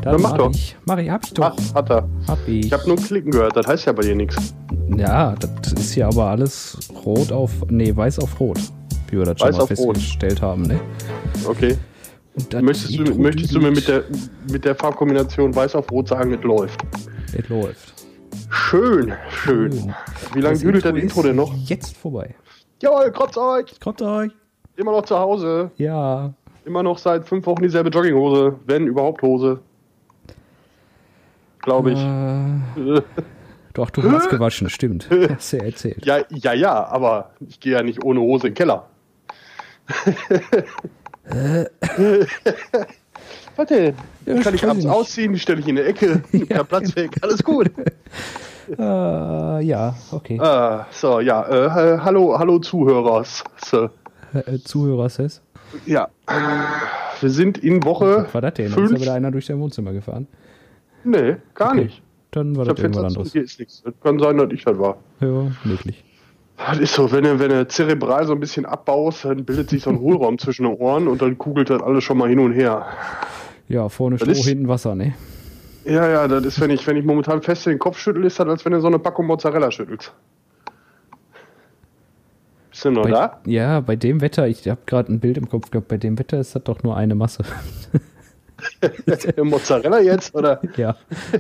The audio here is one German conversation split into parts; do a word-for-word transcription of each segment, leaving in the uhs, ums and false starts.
Dann mach mach doch. ich. Mach ich, hab ich doch. Ach, hat er. Hab ich. Ich habe nur Klicken gehört, das heißt ja bei dir nichts. Ja, das ist ja aber alles rot auf, nee, weiß auf rot. Wie wir das schon Weiß mal auf rot. festgestellt haben, ne? Okay. Und das Möchtest du, Intro möchtest du mir mit düdelt. der, mit der Farbkombination weiß auf rot sagen, es läuft? Es läuft. Schön, schön. Schön. Wie lange Das düdelt das Intro ist denn noch? Jetzt vorbei. Jawohl, kotzt euch! Kommt euch. Immer noch zu Hause. Ja. Immer noch seit fünf Wochen dieselbe Jogginghose. Wenn überhaupt Hose. Glaube ich. Äh, doch, du hast gewaschen, stimmt. Hast du ja erzählt. Ja, ja, ja, aber ich gehe ja nicht ohne Hose in den Keller. Was denn? Ja, Kann ich weiß abends ich nicht. ausziehen, die stelle ich in eine Ecke, nimmt Ja, der Platz weg, alles gut. Äh, ja, okay. Äh, so, ja, äh, hallo, hallo Zuhörer. So, Äh, Zuhörer, Sess. ja, wir sind in Woche Was war das denn? Da ist ja fünf. wieder einer durch dein Wohnzimmer gefahren. Nee, gar Okay. nicht. Dann war Ich das hab irgendwas Fenster zu, anderes. hier ist nichts. Das kann sein, dass ich das war. Ja, möglich. Das ist so, wenn du, wenn du zerebral so ein bisschen abbaust, dann bildet sich so ein Hohlraum zwischen den Ohren und dann kugelt das alles schon mal hin und her. Ja, vorne Das Stroh, ist- hinten Wasser, ne? Ja, ja, das ist, wenn ich, wenn ich momentan fest den Kopf schüttel, ist das, als wenn du so eine Packung Mozzarella schüttelst. Bist du noch Bei, da? ja, bei dem Wetter, ich habe gerade ein Bild im Kopf gehabt, bei dem Wetter ist das doch nur eine Masse. Mozzarella jetzt, oder? Ja.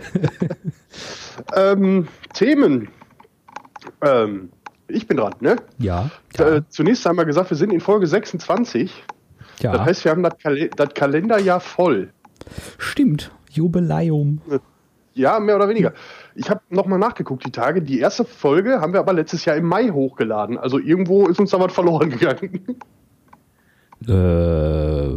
Ähm, Themen. Ähm, ich bin dran, ne? Ja. Ja. Äh, zunächst einmal gesagt, wir sind in Folge sechsundzwanzig. ja. Das heißt, wir haben das, Kal das Kalenderjahr voll. Stimmt. Jubiläum. Ja, mehr oder weniger. Ich habe nochmal nachgeguckt, die Tage. Die erste Folge haben wir aber letztes Jahr im Mai hochgeladen. Also irgendwo ist uns da was verloren gegangen. Äh.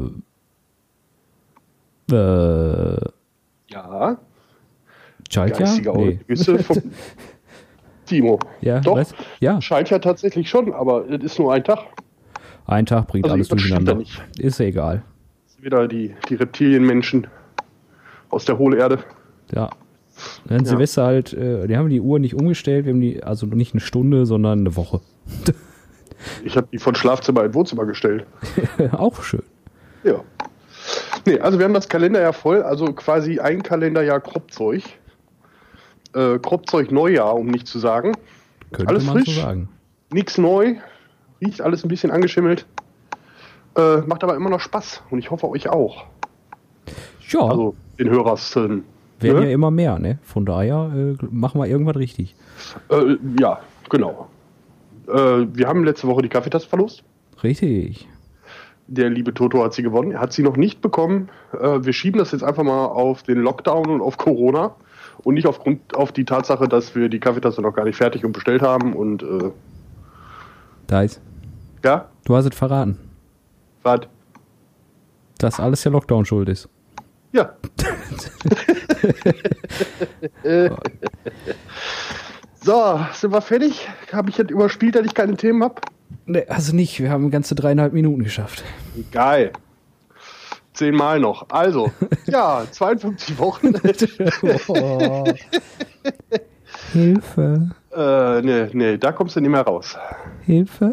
Äh. Ja, Schaltjahr? geistiger Nee. Grüße von Timo. Ja, Doch, was? Ja, scheint ja tatsächlich schon, aber es ist nur ein Tag. ein Tag bringt Also alles irgendwas stimmt durcheinander. da nicht. Ist ja egal. Das sind wieder die, die Reptilienmenschen aus der Hohlerde. Ja. Dann Ja. Silvester halt, äh, die haben die Uhr nicht umgestellt, wir haben die, also nicht eine Stunde, sondern eine Woche. Ich habe die von Schlafzimmer in Wohnzimmer gestellt. Auch schön. Ja. Nee, also wir haben das Kalenderjahr voll, also quasi ein Kalenderjahr Kropfzeug. Äh, Kropfzeug Neujahr, um nicht zu sagen. Könnte Alles man frisch. so sagen. Nichts neu, riecht alles ein bisschen angeschimmelt. Äh, macht aber immer noch Spaß und ich hoffe euch auch. Ja, Also den Hörern. werden ne? ja immer mehr, ne? Von daher äh, machen wir irgendwas richtig. Äh, ja, genau. Äh, wir haben letzte Woche die Kaffeetasse verlost. Richtig. Der liebe Toto hat sie gewonnen. Er hat sie noch nicht bekommen. Äh, wir schieben das jetzt einfach mal auf den Lockdown und auf Corona und nicht aufgrund auf die Tatsache, dass wir die Kaffeetasse noch gar nicht fertig und bestellt haben. Und äh, Da ist. ja, Du hast es verraten, wart. dass alles der Lockdown schuld ist. Ja. Äh, so, sind wir fertig? Habe ich jetzt überspielt, dass ich keine Themen habe? Ne, also nicht. Wir haben ganze dreieinhalb Minuten geschafft. Geil. Zehnmal noch. Also, ja, zweiundfünfzig Wochen. Oh. Hilfe. äh, nee, nee, da kommst du nicht mehr raus. Hilfe.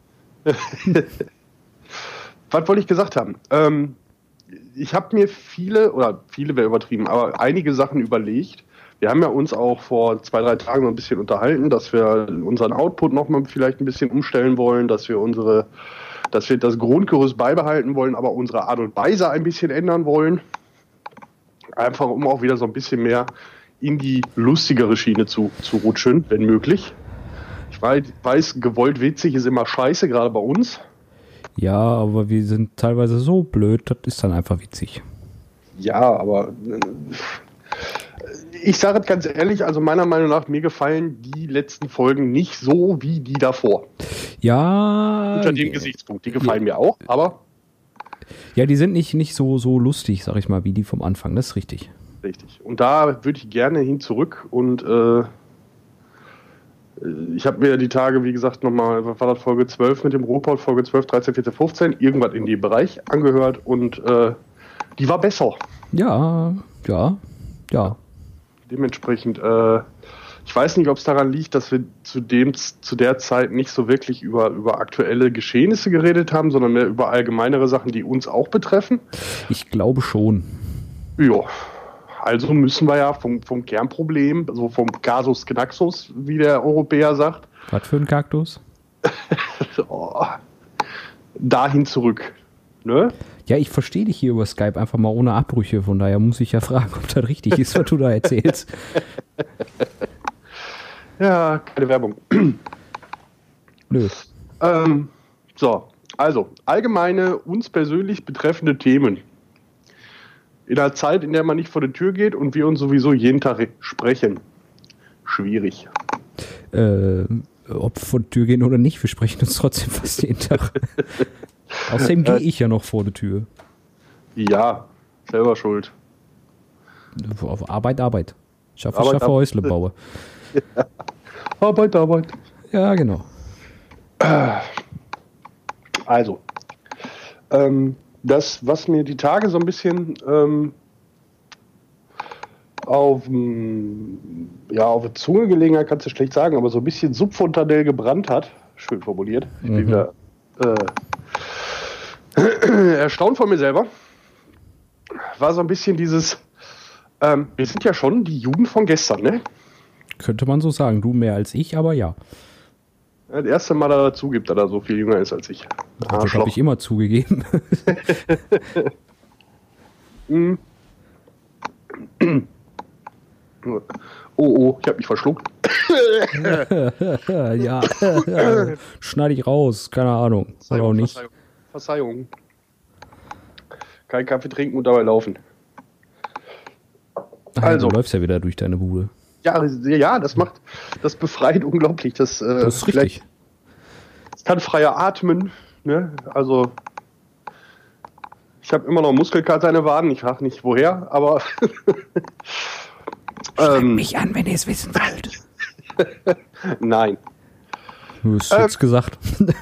Was wollte ich gesagt haben? Ähm, ich habe mir viele, oder viele wäre übertrieben, aber einige Sachen überlegt. Wir haben ja uns auch vor zwei, drei Tagen noch ein bisschen unterhalten, dass wir unseren Output nochmal vielleicht ein bisschen umstellen wollen, dass wir unsere, dass wir das Grundgerüst beibehalten wollen, aber unsere Art und Weise ein bisschen ändern wollen. Einfach um auch wieder so ein bisschen mehr in die lustigere Schiene zu, zu rutschen, wenn möglich. Ich weiß, weiß, gewollt witzig ist immer scheiße, gerade bei uns. Ja, aber wir sind teilweise so blöd, das ist dann einfach witzig. Ja, aber äh, ich sage es ganz ehrlich, also meiner Meinung nach, mir gefallen die letzten Folgen nicht so wie die davor. Ja. Unter dem ja, Gesichtspunkt. Die gefallen mir auch, aber ja, die sind nicht, nicht so, so lustig, sag ich mal, wie die vom Anfang. Das ist richtig. richtig. Und da würde ich gerne hin zurück und äh, ich habe mir die Tage, wie gesagt, nochmal, was war das, Folge zwölf mit dem Ruhrpott, Folge zwölf, dreizehn, vierzehn, fünfzehn, irgendwas in dem Bereich angehört und äh, die war besser. Ja, ja, ja. Dementsprechend, äh, ich weiß nicht, ob es daran liegt, dass wir zu, dem, zu der Zeit nicht so wirklich über, über aktuelle Geschehnisse geredet haben, sondern mehr über allgemeinere Sachen, die uns auch betreffen. Ich glaube schon. Ja, Also müssen wir ja vom, vom Kernproblem, also vom Casus Knaxus, wie der Europäer sagt. Was für ein Kaktus? oh, dahin zurück. Ne? Ja, ich verstehe dich hier über Skype einfach mal ohne Abbrüche, von daher muss ich ja fragen, ob das richtig ist, was du da erzählst. Ja, keine Werbung. Nö. Ähm, so, also allgemeine, uns persönlich betreffende Themen. In einer Zeit, in der man nicht vor die Tür geht und wir uns sowieso jeden Tag sprechen. Schwierig. Äh, ob vor die Tür gehen oder nicht, wir sprechen uns trotzdem fast jeden Tag. Außerdem gehe ich ja noch vor die Tür. Ja, selber schuld. Auf Arbeit, Arbeit. Schaffe, Arbeit, schaffe, Arbeit. Häusle baue. Ja. Arbeit, Arbeit. Ja, genau. Also, ähm, das, was mir die Tage so ein bisschen ähm, auf, ja, auf die Zunge gelegen hat, kannst du schlecht sagen, aber so ein bisschen subfontanell gebrannt hat, schön formuliert, ich bin Mhm. wieder äh, erstaunt von mir selber, war so ein bisschen dieses, ähm, wir sind ja schon die Jugend von gestern, ne? Könnte man so sagen. Du mehr als ich, aber ja. Ja, das erste Mal, dass er zugibt, dass er so viel jünger ist als ich. Das habe ich immer zugegeben. Mm. Oh, oh, ich habe mich verschluckt. Ja, schneide ich raus. Keine Ahnung. Oder auch nicht. Verzeihung. Verzeihung. Kein Kaffee trinken und dabei laufen. Ach, Also. Du läufst ja wieder durch deine Bude. Ja, ja, das macht, das befreit unglaublich. Das, äh, Das ist richtig. Ich kann freier atmen. Ne? Also, ich habe immer noch Muskelkater in den Waden. Ich frage nicht woher, aber. ähm, mich an, wenn ihr es wissen wollt. Nein. Du hast Ähm. jetzt gesagt.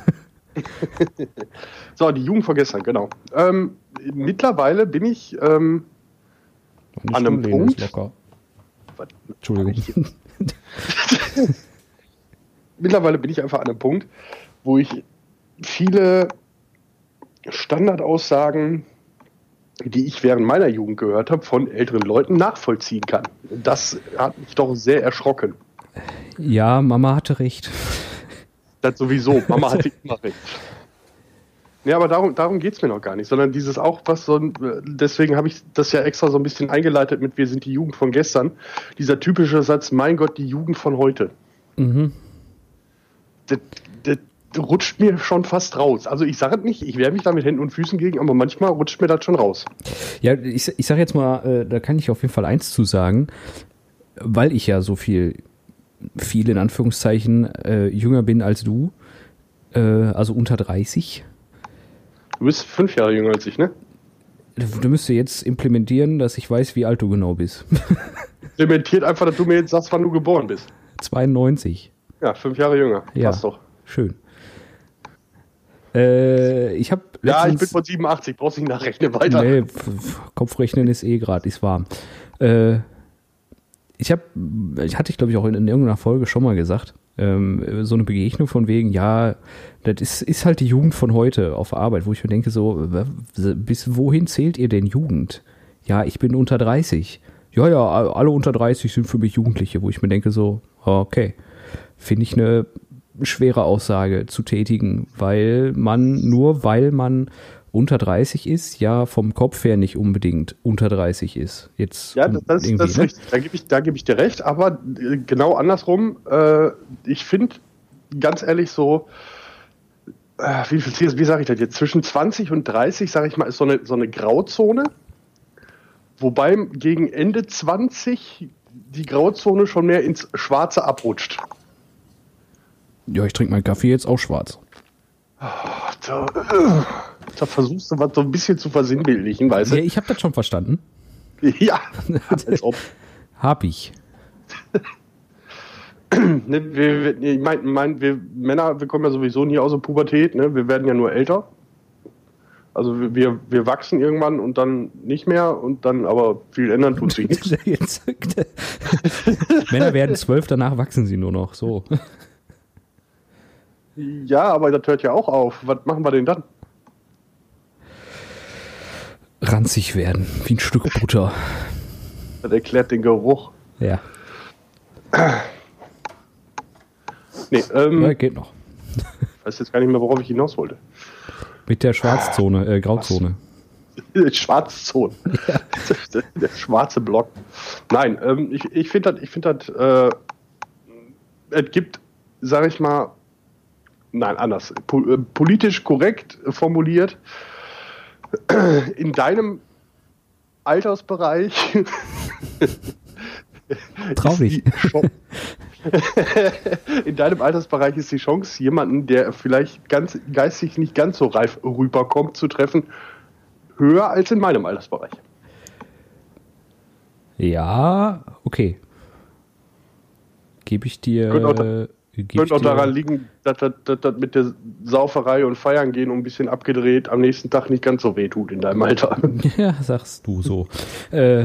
So, die Jugend von gestern, genau. Ähm, mittlerweile bin ich ähm, Meine an einem Stuhllehne Punkt. ist locker. Was? Entschuldigung. Mittlerweile bin ich einfach an einem Punkt, wo ich viele Standardaussagen, die ich während meiner Jugend gehört habe, von älteren Leuten nachvollziehen kann. Das hat mich doch sehr erschrocken. Ja, Mama hatte recht. Das sowieso. Mama hatte immer recht. Ja, aber darum, darum geht es mir noch gar nicht, sondern dieses auch, was so ein, deswegen habe ich das ja extra so ein bisschen eingeleitet mit wir sind die Jugend von gestern. Dieser typische Satz, mein Gott, die Jugend von heute. Mhm. Das, das rutscht mir schon fast raus. Also ich sage es nicht, ich wehre mich da mit Händen und Füßen gegen, aber manchmal rutscht mir das schon raus. Ja, ich, ich sage jetzt mal, äh, da kann ich auf jeden Fall eins zu sagen, weil ich ja so viel, viel in Anführungszeichen äh, jünger bin als du, äh, also unter dreißig. Du bist fünf Jahre jünger als ich, ne? Du müsstest jetzt implementieren, dass ich weiß, wie alt du genau bist. Dementiert einfach, dass du mir jetzt sagst, wann du geboren bist. zweiundneunzig. Ja, fünf Jahre jünger. Ja. Passt doch. Schön. Äh, ich habe Ja, ich bin von siebenundachtzig, brauchst nicht nachrechnen weiter. Nee, F- F- Kopfrechnen ist eh gerade, ist warm. Äh, ich habe, ich hatte ich glaube ich auch in, in irgendeiner Folge schon mal gesagt, ähm, so eine Begegnung von wegen, ja, das ist, ist halt die Jugend von heute auf Arbeit, wo ich mir denke so, w- bis wohin zählt ihr denn Jugend? Ja, ich bin unter dreißig. Ja, ja, alle unter dreißig sind für mich Jugendliche, wo ich mir denke so, okay, finde ich eine schwere Aussage zu tätigen, weil man, nur weil man unter dreißig ist, ja vom Kopf her nicht unbedingt unter dreißig ist. Jetzt Ja, das, das, das ist ne? richtig. Da gebe ich, da gebe ich dir recht, aber äh, genau andersrum, äh, ich finde, ganz ehrlich, so, äh, wie, viel- wie sage ich das jetzt? Zwischen zwanzig und dreißig, sage ich mal, ist so eine, so eine Grauzone, wobei gegen Ende zwanzig die Grauzone schon mehr ins Schwarze abrutscht. Ja, ich trinke meinen Kaffee jetzt auch schwarz. Da, äh, da versuchst du was so ein bisschen zu versinnbildlichen, weißt Ja, du? ich habe das schon verstanden. Ja, als ob. Hab ich. Ne, wir, wir, ich mein, mein, wir Männer, wir kommen ja sowieso nie aus der Pubertät, ne? Wir werden ja nur älter. Also wir- wir, wir wachsen irgendwann und dann nicht mehr und dann aber viel ändern tut sich nichts. Jetzt, Männer werden zwölf, danach wachsen sie nur noch. So. Ja, aber das hört ja auch auf. Was machen wir denn dann? Ranzig werden, wie ein Stück Butter. Das erklärt den Geruch. Ja. Nee, ähm, Ja, geht noch. ich weiß jetzt gar nicht mehr, worauf ich hinaus wollte. Mit der Schwarzzone, äh, Grauzone. Schwarzzone. Ja. Der, der schwarze Block. Nein, ähm, ich, ich finde das, ich finde das, äh, es gibt, sag ich mal, nein, anders, po, äh, politisch korrekt formuliert, in deinem Altersbereich Traurig. In deinem Altersbereich ist die Chance, jemanden, der vielleicht ganz geistig nicht ganz so reif rüberkommt, zu treffen, höher als in meinem Altersbereich. Ja, okay. Gebe ich dir. Könnte auch, geb könnte ich auch dir, daran liegen, dass das mit der Sauferei und Feiern gehen und ein bisschen abgedreht am nächsten Tag nicht ganz so weh tut in deinem Alter. Ja, sagst du so. äh,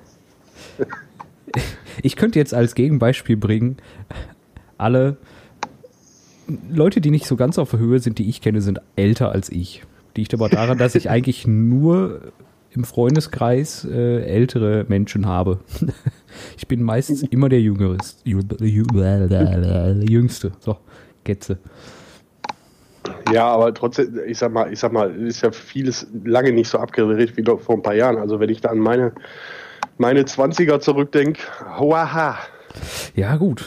ich könnte jetzt als Gegenbeispiel bringen, alle Leute, die nicht so ganz auf der Höhe sind, die ich kenne, sind älter als ich. Liegt aber daran, dass ich eigentlich nur im Freundeskreis äh, ältere Menschen habe. Ich bin meistens immer der Jüngste. Jüngste. So, Getze. Ja, aber trotzdem, ich sag mal, ich sag mal, ist ja vieles lange nicht so abgedreht wie doch vor ein paar Jahren. Also wenn ich da an meine, meine zwanziger zurückdenke, hoaha. Ja, gut.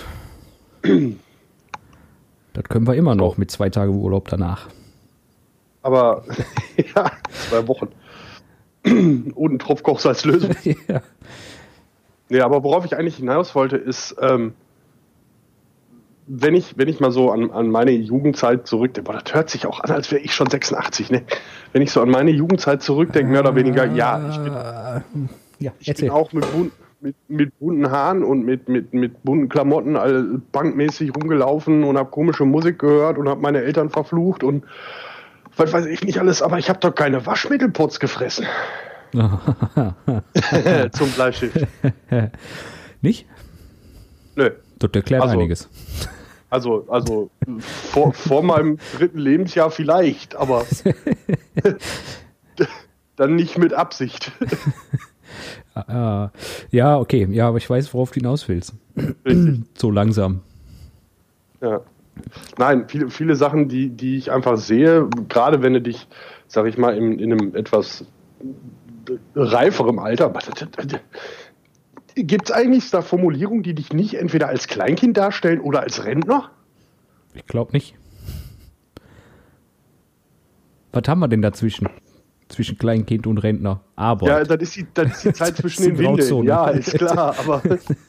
Das können wir immer noch mit zwei Tagen Urlaub danach. Aber, ja, zwei Wochen. Und ein Tropf Kochsalzlösung. Ja. Nee, aber worauf ich eigentlich hinaus wollte, ist, ähm, wenn ich, wenn ich mal so an, an meine Jugendzeit zurückdenke, boah, das hört sich auch an, als wäre ich schon sechsundachtzig, ne? Wenn ich so an meine Jugendzeit zurückdenke, mehr oder weniger, ja, ich bin, ja, ich bin auch mit, bun, mit, mit bunten Haaren und mit, mit, mit bunten Klamotten all bankmäßig rumgelaufen und habe komische Musik gehört und habe meine Eltern verflucht und was weiß ich nicht alles, aber ich habe doch keine Waschmittelputz gefressen. Zum Bleistift. Nicht? Nö. Das erklärt also, einiges. Also, also vor, vor meinem dritten Lebensjahr vielleicht, aber dann nicht mit Absicht. Ja, okay. Ja, aber ich weiß, worauf du hinaus willst. So langsam. Ja. Nein, viele, viele Sachen, die, die ich einfach sehe, gerade wenn du dich, sag ich mal, in, in einem etwas reiferem Alter, gibt es eigentlich da Formulierungen, die dich nicht entweder als Kleinkind darstellen oder als Rentner? Ich glaube nicht. Was haben wir denn dazwischen? Zwischen Kleinkind und Rentner? Arbeit. Ja, das ist die, das ist die Zeit zwischen den Windeln. Ja, ist klar, aber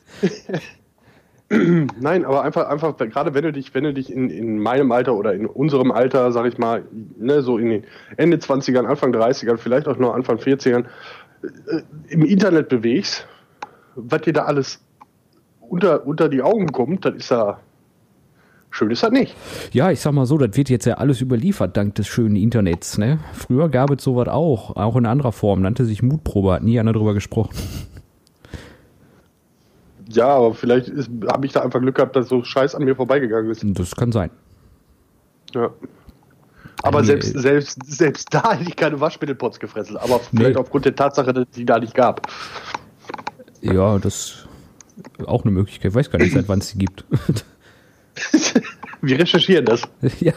nein, aber einfach, einfach, gerade wenn du dich, wenn du dich in, in meinem Alter oder in unserem Alter, sag ich mal, ne, so in den Ende zwanzigern, Anfang dreißigern, vielleicht auch noch Anfang vierzigern, äh, im Internet bewegst, was dir da alles unter, unter die Augen kommt, das ist ja schön, ist das nicht. Ja, ich sag mal so, das wird jetzt ja alles überliefert dank des schönen Internets, ne? Früher gab es sowas auch, auch in anderer Form, nannte sich Mutprobe, hat nie einer drüber gesprochen. Ja, aber vielleicht habe ich da einfach Glück gehabt, dass so Scheiß an mir vorbeigegangen ist. Das kann sein. Ja. Aber nee. selbst, selbst, selbst da hätte ich keine Waschmittelpots gefressen, aber vielleicht nee. aufgrund der Tatsache, dass es die da nicht gab. Ja, das ist auch eine Möglichkeit. Ich weiß gar nicht, seit wann es die gibt. Wir recherchieren das. Ja.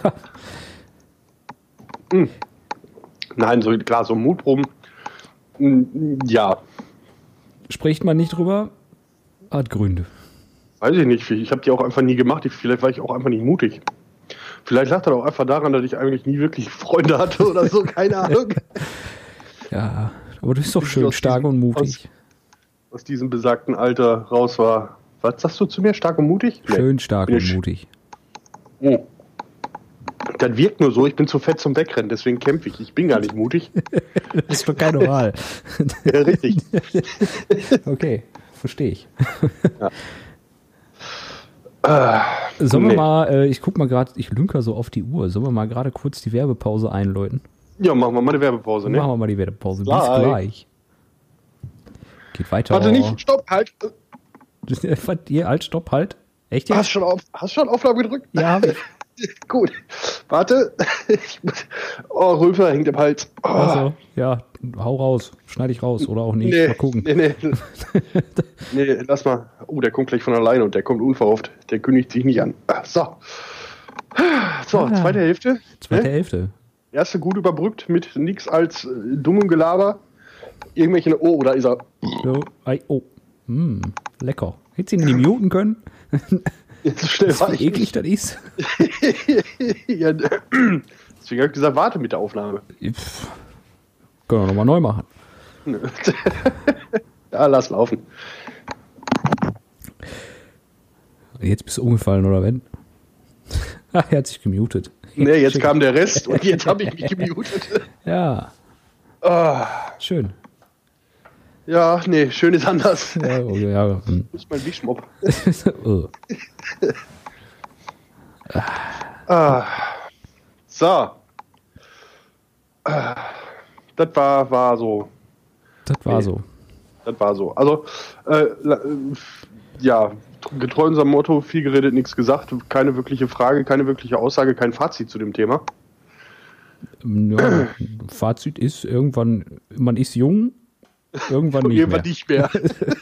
Hm. Nein, so klar, so Mutproben. Ja. Spricht man nicht drüber? Hat Gründe. Weiß ich nicht. Ich habe die auch einfach nie gemacht. Vielleicht war ich auch einfach nicht mutig. Vielleicht lag das auch einfach daran, dass ich eigentlich nie wirklich Freunde hatte oder so. Keine Ahnung. Ja, aber du bist doch schön stark diesem, und mutig. Aus, aus diesem besagten Alter raus war. Was sagst du zu mir? Stark und mutig? Schön stark und mutig. Oh. Das wirkt nur so, ich bin zu fett zum Wegrennen, deswegen kämpfe ich. Ich bin gar nicht mutig. Das ist doch keine Wahl. Ja, richtig. Okay, verstehe ich. Ja. Äh, Sollen nee. wir mal, äh, ich guck mal gerade, ich lünker so auf die Uhr, sollen wir mal gerade kurz die Werbepause einläuten? Ja, machen wir mal die Werbepause, ne? Machen wir mal die Werbepause. Bis gleich. gleich. Geht weiter. Warte nicht, stopp, halt. Ihr, halt, stopp, halt. Echt jetzt? Hast du schon, auf, hast schon Aufnahme gedrückt? Ja, hab ich. Gut. Warte. Oh, Rülfer hängt im Hals. Oh. Also, ja, hau raus. Schneide ich raus oder auch nicht. Nee, mal gucken. nee, nee. Nee, lass mal. Oh, der kommt gleich von alleine und der kommt unverhofft. Der kündigt sich nicht an. So. So, Ah, zweite Hälfte. Zweite Ne? Hälfte. Erste gut überbrückt mit nichts als äh, dummem Gelaber. Irgendwelche. Oh, da ist er. So, ei, oh. Hm, lecker. Hättest du ihn nicht muten können? Jetzt schnell war Wie ich. eklig das ist. Ja, deswegen habe ich gesagt, warte mit der Aufnahme. Pff, können wir nochmal neu machen. Ja, lass laufen. Jetzt bist du umgefallen, oder wenn? Ach, er hat sich gemutet. Nee, jetzt kam der Rest und jetzt habe ich mich gemutet. Ja, Ah, schön. ja, nee, schön ist anders. Ja, oh, ja. hm. Das ist mein Wischmopp. Oh. Ah, so. Ah, das war, war so. Das war Nee. so. Das war so. Also, äh, la- äh, ja, getreu unserem Motto, viel geredet, nichts gesagt. Keine wirkliche Frage, keine wirkliche Aussage, kein Fazit zu dem Thema. Ja, Fazit ist, irgendwann, man ist jung, irgendwann Und nicht irgendwann mehr. nicht mehr.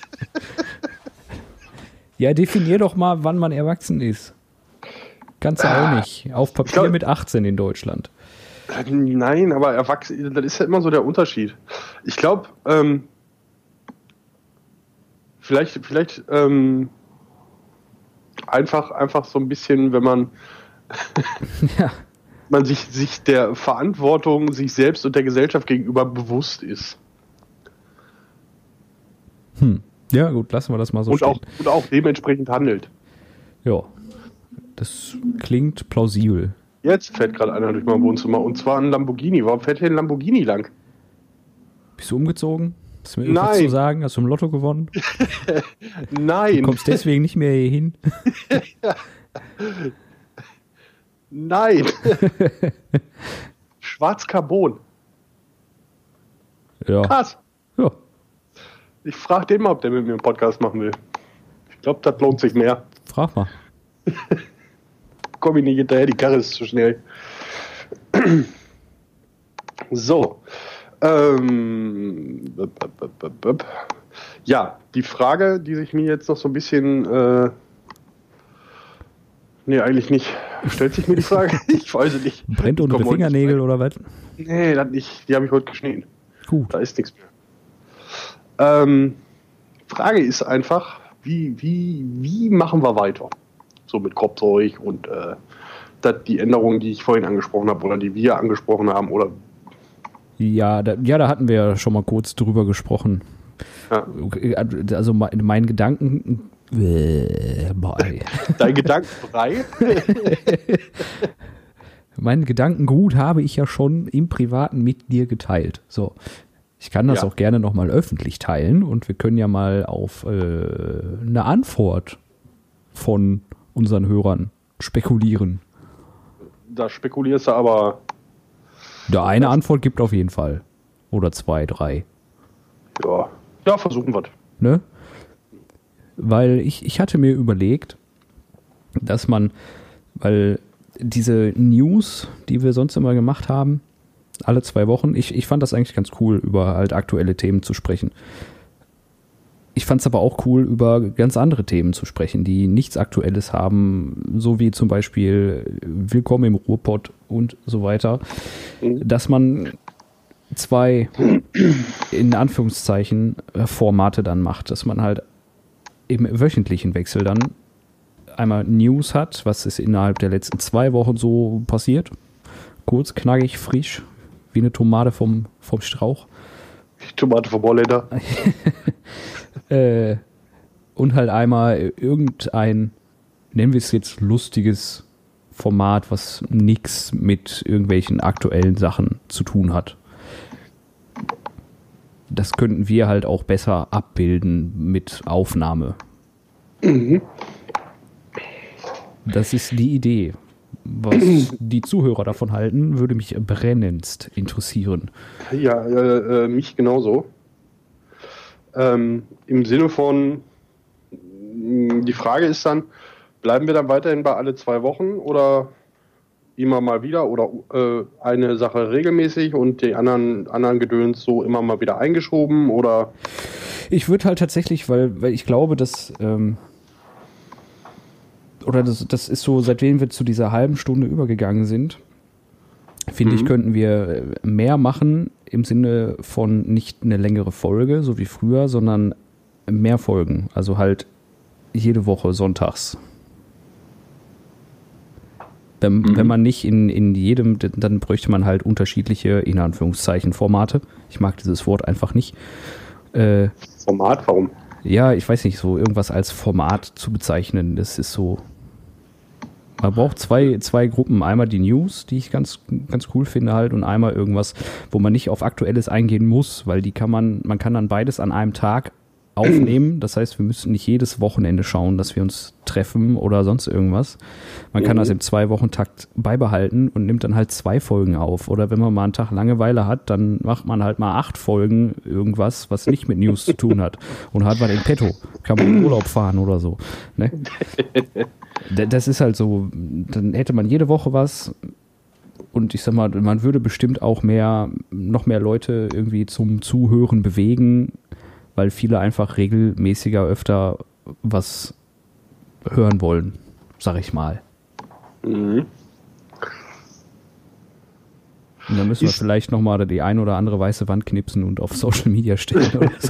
Ja, definier doch mal, wann man erwachsen ist. Kannst du auch nicht. Auf Papier glaub- mit achtzehn in Deutschland. Nein, aber Erwachsene, das ist ja immer so der Unterschied. Ich glaube, ähm, vielleicht, vielleicht ähm, einfach, einfach so ein bisschen, wenn man, Ja. man sich, sich der Verantwortung sich selbst und der Gesellschaft gegenüber bewusst ist. Hm. Ja, gut, lassen wir das mal so Und stehen. auch, und auch dementsprechend handelt. Ja. Das klingt plausibel. Jetzt fährt gerade einer durch mein Wohnzimmer und zwar ein Lamborghini. Warum fährt hier ein Lamborghini lang? Bist du umgezogen? Hast du mir irgendwas Nein. zu sagen? Hast du im Lotto gewonnen? Du Nein, kommst deswegen nicht mehr hier hin? nein. Schwarz-Carbon. Ja. Krass. Ja. Ich frage den mal, ob der mit mir einen Podcast machen will. Ich glaube, das lohnt sich mehr. Frag mal. Komm ich nicht hinterher, die Karre ist zu schnell. So. Ähm, bup, bup, bup, bup. Ja, die Frage, die sich mir jetzt noch so ein bisschen. Äh, nee, eigentlich nicht. Stellt sich mir die Frage? Ich weiß es nicht. Brennt Ich unter komm den heute nicht Fingernägel rein. oder was? Nee, das nicht. Die habe ich heute geschnitten. Gut. Da ist nichts mehr. Ähm, Frage ist einfach, wie, wie, wie machen wir weiter? So mit Kropfzeug und äh, das, die Änderungen, die ich vorhin angesprochen habe oder die wir angesprochen haben oder Ja, da, ja, da hatten wir ja schon mal kurz drüber gesprochen. ja. Also mein, mein Gedanken. Äh, boah, ey. Dein Gedankenbrei? Mein Gedankengut habe ich ja schon im Privaten mit dir geteilt. So. Ich kann das Ja. auch gerne nochmal öffentlich teilen und wir können ja mal auf äh, eine Antwort von unseren Hörern spekulieren. Da spekulierst du aber. Da eine Antwort gibt auf jeden Fall. Oder zwei, drei. Ja, ja versuchen wir. Ne? Weil ich, ich hatte mir überlegt, dass man, weil diese News, die wir sonst immer gemacht haben, alle zwei Wochen, ich, ich fand das eigentlich ganz cool, über halt aktuelle Themen zu sprechen. Ich fand es aber auch cool, über ganz andere Themen zu sprechen, die nichts Aktuelles haben, so wie zum Beispiel Willkommen im Ruhrpott und so weiter. Dass man zwei, in Anführungszeichen, Formate dann macht, dass man halt im wöchentlichen Wechsel dann einmal News hat, was ist innerhalb der letzten zwei Wochen so passiert. Kurz, knackig, frisch, wie eine Tomate vom, vom Strauch. Die Tomate vom Holländer. Äh, und halt einmal irgendein, nennen wir es jetzt lustiges Format, was nichts mit irgendwelchen aktuellen Sachen zu tun hat. Das könnten wir halt auch besser abbilden mit Aufnahme. Mhm. Das ist die Idee. Was die Zuhörer davon halten, würde mich brennendst interessieren. Ja, äh, äh, mich genauso. Ähm, Im Sinne von, mh, die Frage ist dann, bleiben wir dann weiterhin bei alle zwei Wochen oder immer mal wieder oder äh, eine Sache regelmäßig und die anderen, anderen Gedöns so immer mal wieder eingeschoben oder? Ich würde halt tatsächlich, weil, weil ich glaube, dass ähm, oder das, das ist so, seitdem wir zu dieser halben Stunde übergegangen sind, finde mhm. ich, könnten wir mehr machen im Sinne von nicht eine längere Folge, so wie früher, sondern mehr Folgen. Also halt jede Woche sonntags. Wenn, mhm. wenn man nicht in, in jedem, dann bräuchte man halt unterschiedliche, in Anführungszeichen, Formate. Ich mag dieses Wort einfach nicht. Äh, Format, warum? Ja, ich weiß nicht, so irgendwas als Format zu bezeichnen, das ist so. Man braucht zwei, zwei Gruppen. Einmal die News, die ich ganz, ganz cool finde halt, und einmal irgendwas, wo man nicht auf Aktuelles eingehen muss, weil die kann man, man kann dann beides an einem Tag aufnehmen. Das heißt, wir müssen nicht jedes Wochenende schauen, dass wir uns treffen oder sonst irgendwas. Man kann das im Zwei-Wochen-Takt beibehalten und nimmt dann halt zwei Folgen auf. Oder wenn man mal einen Tag Langeweile hat, dann macht man halt mal acht Folgen irgendwas, was nicht mit News zu tun hat. Und hat man in petto. Kann man in Urlaub fahren oder so. Ne? Das ist halt so, dann hätte man jede Woche was. Und ich sag mal, man würde bestimmt auch mehr, noch mehr Leute irgendwie zum Zuhören bewegen, weil viele einfach regelmäßiger öfter was hören wollen, sag ich mal. Mhm. Und dann müssen wir vielleicht nochmal die ein oder andere weiße Wand knipsen und auf Social Media stellen oder so.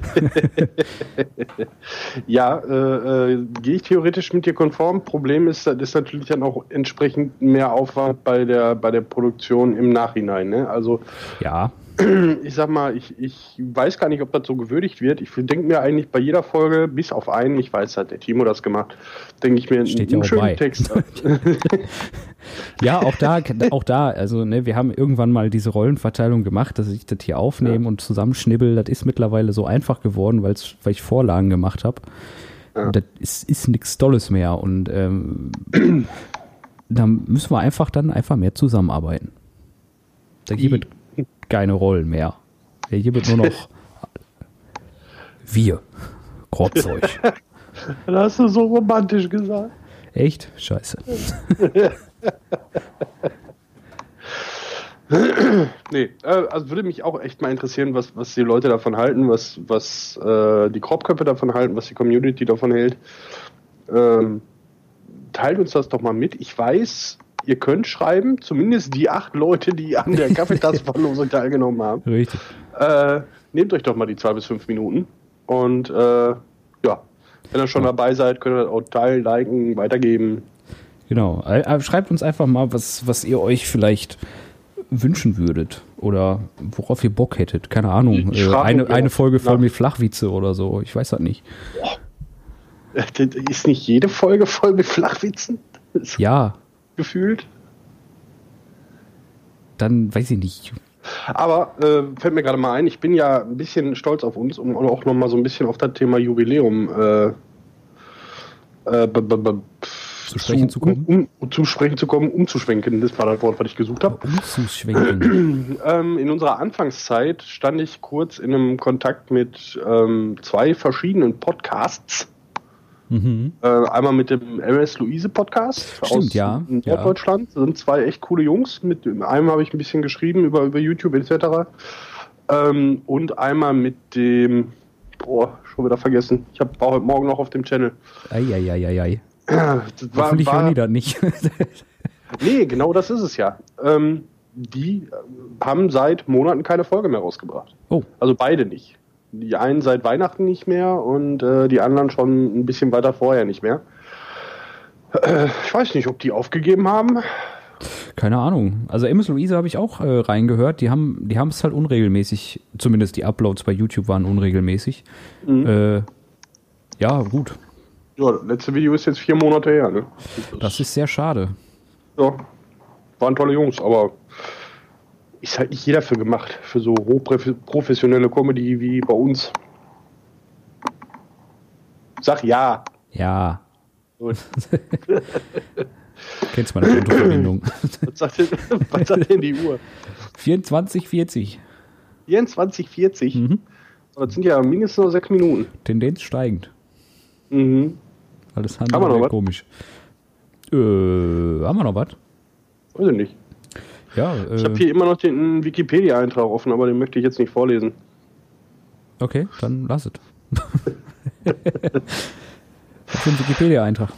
Ja, äh, äh, gehe ich theoretisch mit dir konform. Problem ist, das ist natürlich dann auch entsprechend mehr Aufwand bei der, bei der Produktion im Nachhinein. Ne? Also ja. Ich sag mal, ich, ich weiß gar nicht, ob das so gewürdigt wird. Ich denke mir eigentlich bei jeder Folge, bis auf einen, ich weiß, hat der Timo das gemacht, denke ich mir Steht einen ja schönen bei. Text. Ja, auch da, auch da, also ne, wir haben irgendwann mal diese Rollenverteilung gemacht, dass ich das hier aufnehme ja. und zusammenschnibbel. Das ist mittlerweile so einfach geworden, weil's, weil ich Vorlagen gemacht habe. Ja. Das ist, ist nichts Tolles mehr und ähm, da müssen wir einfach dann einfach mehr zusammenarbeiten. Da gibt es keine Rollen mehr. Hier wird nur noch wir. Grobzeug. Das hast du so romantisch gesagt. Echt? Scheiße. Nee, also würde mich auch echt mal interessieren, was, was die Leute davon halten, was, was äh, die Grobköpfe davon halten, was die Community davon hält. Ähm, teilt uns das doch mal mit. Ich weiß, ihr könnt schreiben, zumindest die acht Leute, die an der Kaffeetassenverlosung teilgenommen haben. Richtig. Äh, nehmt euch doch mal die zwei bis fünf Minuten und äh, ja, wenn ihr schon ja. dabei seid, könnt ihr das auch teilen, liken, weitergeben. Genau. Schreibt uns einfach mal, was, was ihr euch vielleicht wünschen würdet oder worauf ihr Bock hättet. Keine Ahnung. Äh, eine, eine Folge voll mit Flachwitze oder so. Ich weiß das nicht. Boah. Ist nicht jede Folge voll mit Flachwitzen? Ja. Gefühlt. Dann weiß ich nicht. Aber äh, fällt mir gerade mal ein, ich bin ja ein bisschen stolz auf uns, um auch noch mal so ein bisschen auf das Thema Jubiläum äh, äh, b- b- b- zu sprechen zu, zu kommen. Um, um, zu sprechen zu kommen, umzuschwenken. Das war das Wort, was ich gesucht habe. Umzuschwenken. ähm, in unserer Anfangszeit stand ich kurz in einem Kontakt mit ähm, zwei verschiedenen Podcasts. Mhm. Äh, einmal mit dem M S Luise Podcast Stimmt, aus ja, Norddeutschland. Das sind zwei echt coole Jungs. Mit einem habe ich ein bisschen geschrieben über, über YouTube et cetera. Ähm, und einmal mit dem, boah, schon wieder vergessen. Ich hab, war heute Morgen noch auf dem Channel. Eieieiei. Das war, Hoffentlich war, hören die das nicht. Nee, genau das ist es ja. Ähm, die haben seit Monaten keine Folge mehr rausgebracht. Oh. Also beide nicht. Die einen seit Weihnachten nicht mehr und äh, die anderen schon ein bisschen weiter vorher nicht mehr. Äh, ich weiß nicht, ob die aufgegeben haben. Keine Ahnung. Also M S Luise habe ich auch äh, reingehört. Die haben die haben es halt unregelmäßig, zumindest die Uploads bei YouTube waren unregelmäßig. Mhm. Äh, ja, gut. Ja, das letzte Video ist jetzt vier Monate her. Ne? Das, das ist sehr schade. Ja, waren tolle Jungs, aber ist halt nicht jeder für gemacht, für so hochprofessionelle Comedy wie bei uns. Sag ja. Ja. Gut. Kennst meine Kontoverbindung. Was sagt denn, was sagt denn die Uhr? vierundzwanzig vierzig. vierundzwanzig vierzig? Mhm. Das sind ja mindestens noch sechs Minuten. Tendenz steigend. Mhm. Alles andere wäre komisch. Äh, haben wir noch was? Weiß ich nicht. Ja, ich äh, habe hier immer noch den Wikipedia-Eintrag offen, aber den möchte ich jetzt nicht vorlesen. Okay, dann lass es. Was für ein Wikipedia-Eintrag?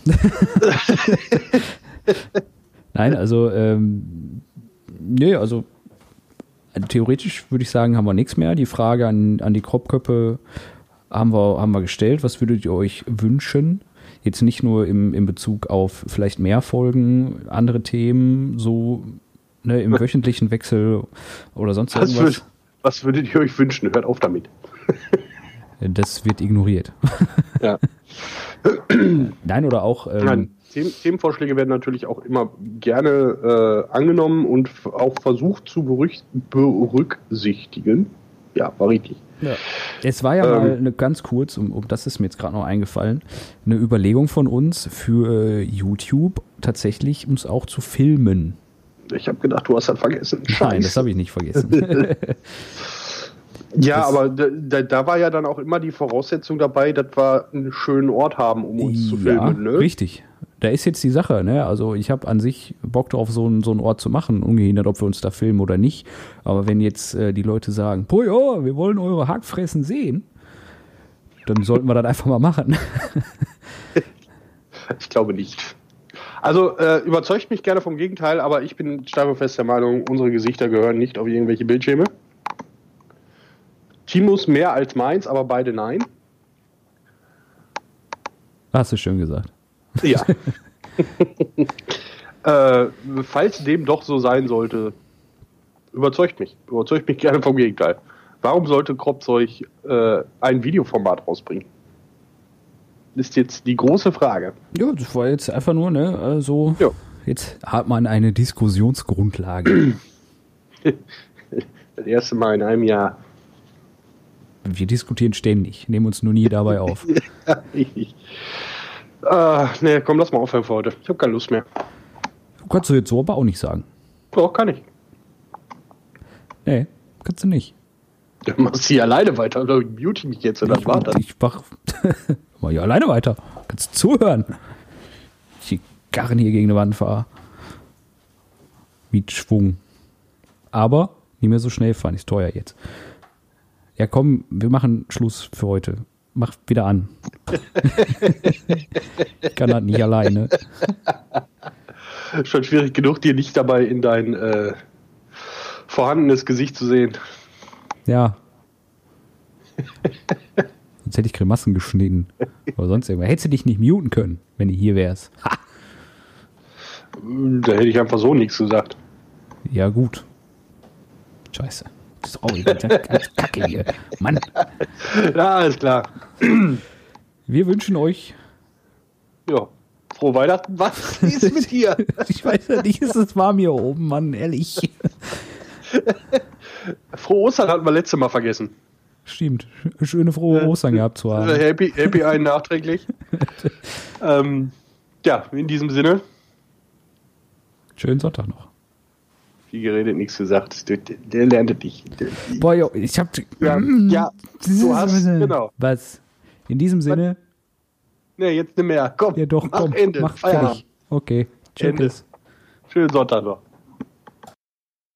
Nein, also, ähm, nee, also theoretisch würde ich sagen, haben wir nichts mehr. Die Frage an, an die Kropköppe haben wir, haben wir gestellt. Was würdet ihr euch wünschen? Jetzt nicht nur im, im Bezug auf vielleicht mehr Folgen, andere Themen, so ne, im wöchentlichen Wechsel oder sonst was irgendwas. Würd, was würdet ihr euch wünschen? Hört auf damit. Das wird ignoriert. Ja. Nein, oder auch... Ähm, Nein. Themen, Themenvorschläge werden natürlich auch immer gerne äh, angenommen und f- auch versucht zu berüch- berücksichtigen. Ja, war richtig. Ja. Es war ja Ähm, mal eine ganz kurz, um, um das ist mir jetzt gerade noch eingefallen, eine Überlegung von uns für äh, YouTube tatsächlich uns auch zu filmen. Ich habe gedacht, du hast das vergessen. Nein, das habe ich nicht vergessen. Ja, das- aber da, da, da war ja dann auch immer die Voraussetzung dabei, dass wir einen schönen Ort haben, um uns zu ja, filmen. Ne? richtig. Da ist jetzt die Sache, ne? Also ich habe an sich Bock drauf, so einen, so einen Ort zu machen, ungehindert, ob wir uns da filmen oder nicht. Aber wenn jetzt äh, die Leute sagen, boah, ja, wir wollen eure Hackfressen sehen, dann sollten wir das einfach mal machen. Ich glaube nicht. Also äh, überzeugt mich gerne vom Gegenteil, aber ich bin steif und fest der Meinung, unsere Gesichter gehören nicht auf irgendwelche Bildschirme. Timus mehr als meins, aber beide nein. Hast du schön gesagt. Ja. äh, falls dem doch so sein sollte, überzeugt mich. Überzeugt mich gerne vom Gegenteil. Warum sollte Kropzeug äh, ein Videoformat rausbringen? Ist jetzt die große Frage. Ja, das war jetzt einfach nur, ne, also Ja. jetzt hat man eine Diskussionsgrundlage. Das erste Mal in einem Jahr. Wir diskutieren ständig, nehmen uns nur nie dabei auf. Ja, ich. Äh, nee, komm, lass mal aufhören für heute. Ich habe keine Lust mehr. Kannst du jetzt so aber auch nicht sagen. Doch, kann ich. Nee, kannst du nicht. Dann machst du hier alleine weiter. Oder mute mich jetzt und das Ich, war dann. ich mach, mach ja alleine weiter. Kannst du zuhören. Ich die Karren hier gegen die Wand fahre. Mit Schwung. Aber nicht mehr so schnell fahren, ist teuer jetzt. Ja komm, wir machen Schluss für heute. Mach wieder an. Ich kann das nicht alleine. Schon schwierig genug, dir nicht dabei in dein äh, vorhandenes Gesicht zu sehen. Ja. Sonst hätte ich Grimassen geschnitten. Oder sonst irgendwas. Hättest du dich nicht muten können, wenn du hier wärst. Ha. Da hätte ich einfach so nichts gesagt. Ja, gut. Scheiße. Das ist auch wieder ganz kacke hier. Mann. Ja, alles klar. Wir wünschen euch. Ja. Frohe Weihnachten. Was ist mit dir? Ich weiß ja nicht, ist es warm hier oben, Mann, ehrlich. Frohe Ostern hatten wir letztes Mal vergessen. Stimmt. Schöne frohe Ostern gehabt zu haben. Happy, happy einen nachträglich. ähm, ja, in diesem Sinne. Schönen Sonntag noch. Wie geredet, nichts gesagt. Der, der lernte dich. Der, Boah, jo, ich hab. ja, ja, du hast, genau. Was? In diesem Sinne. Ne, jetzt nicht mehr. Komm, Ja, doch, mach komm. Ende. Mach Feierabend. fertig. Okay. Ende. Tschüss. Schönen Sonntag noch.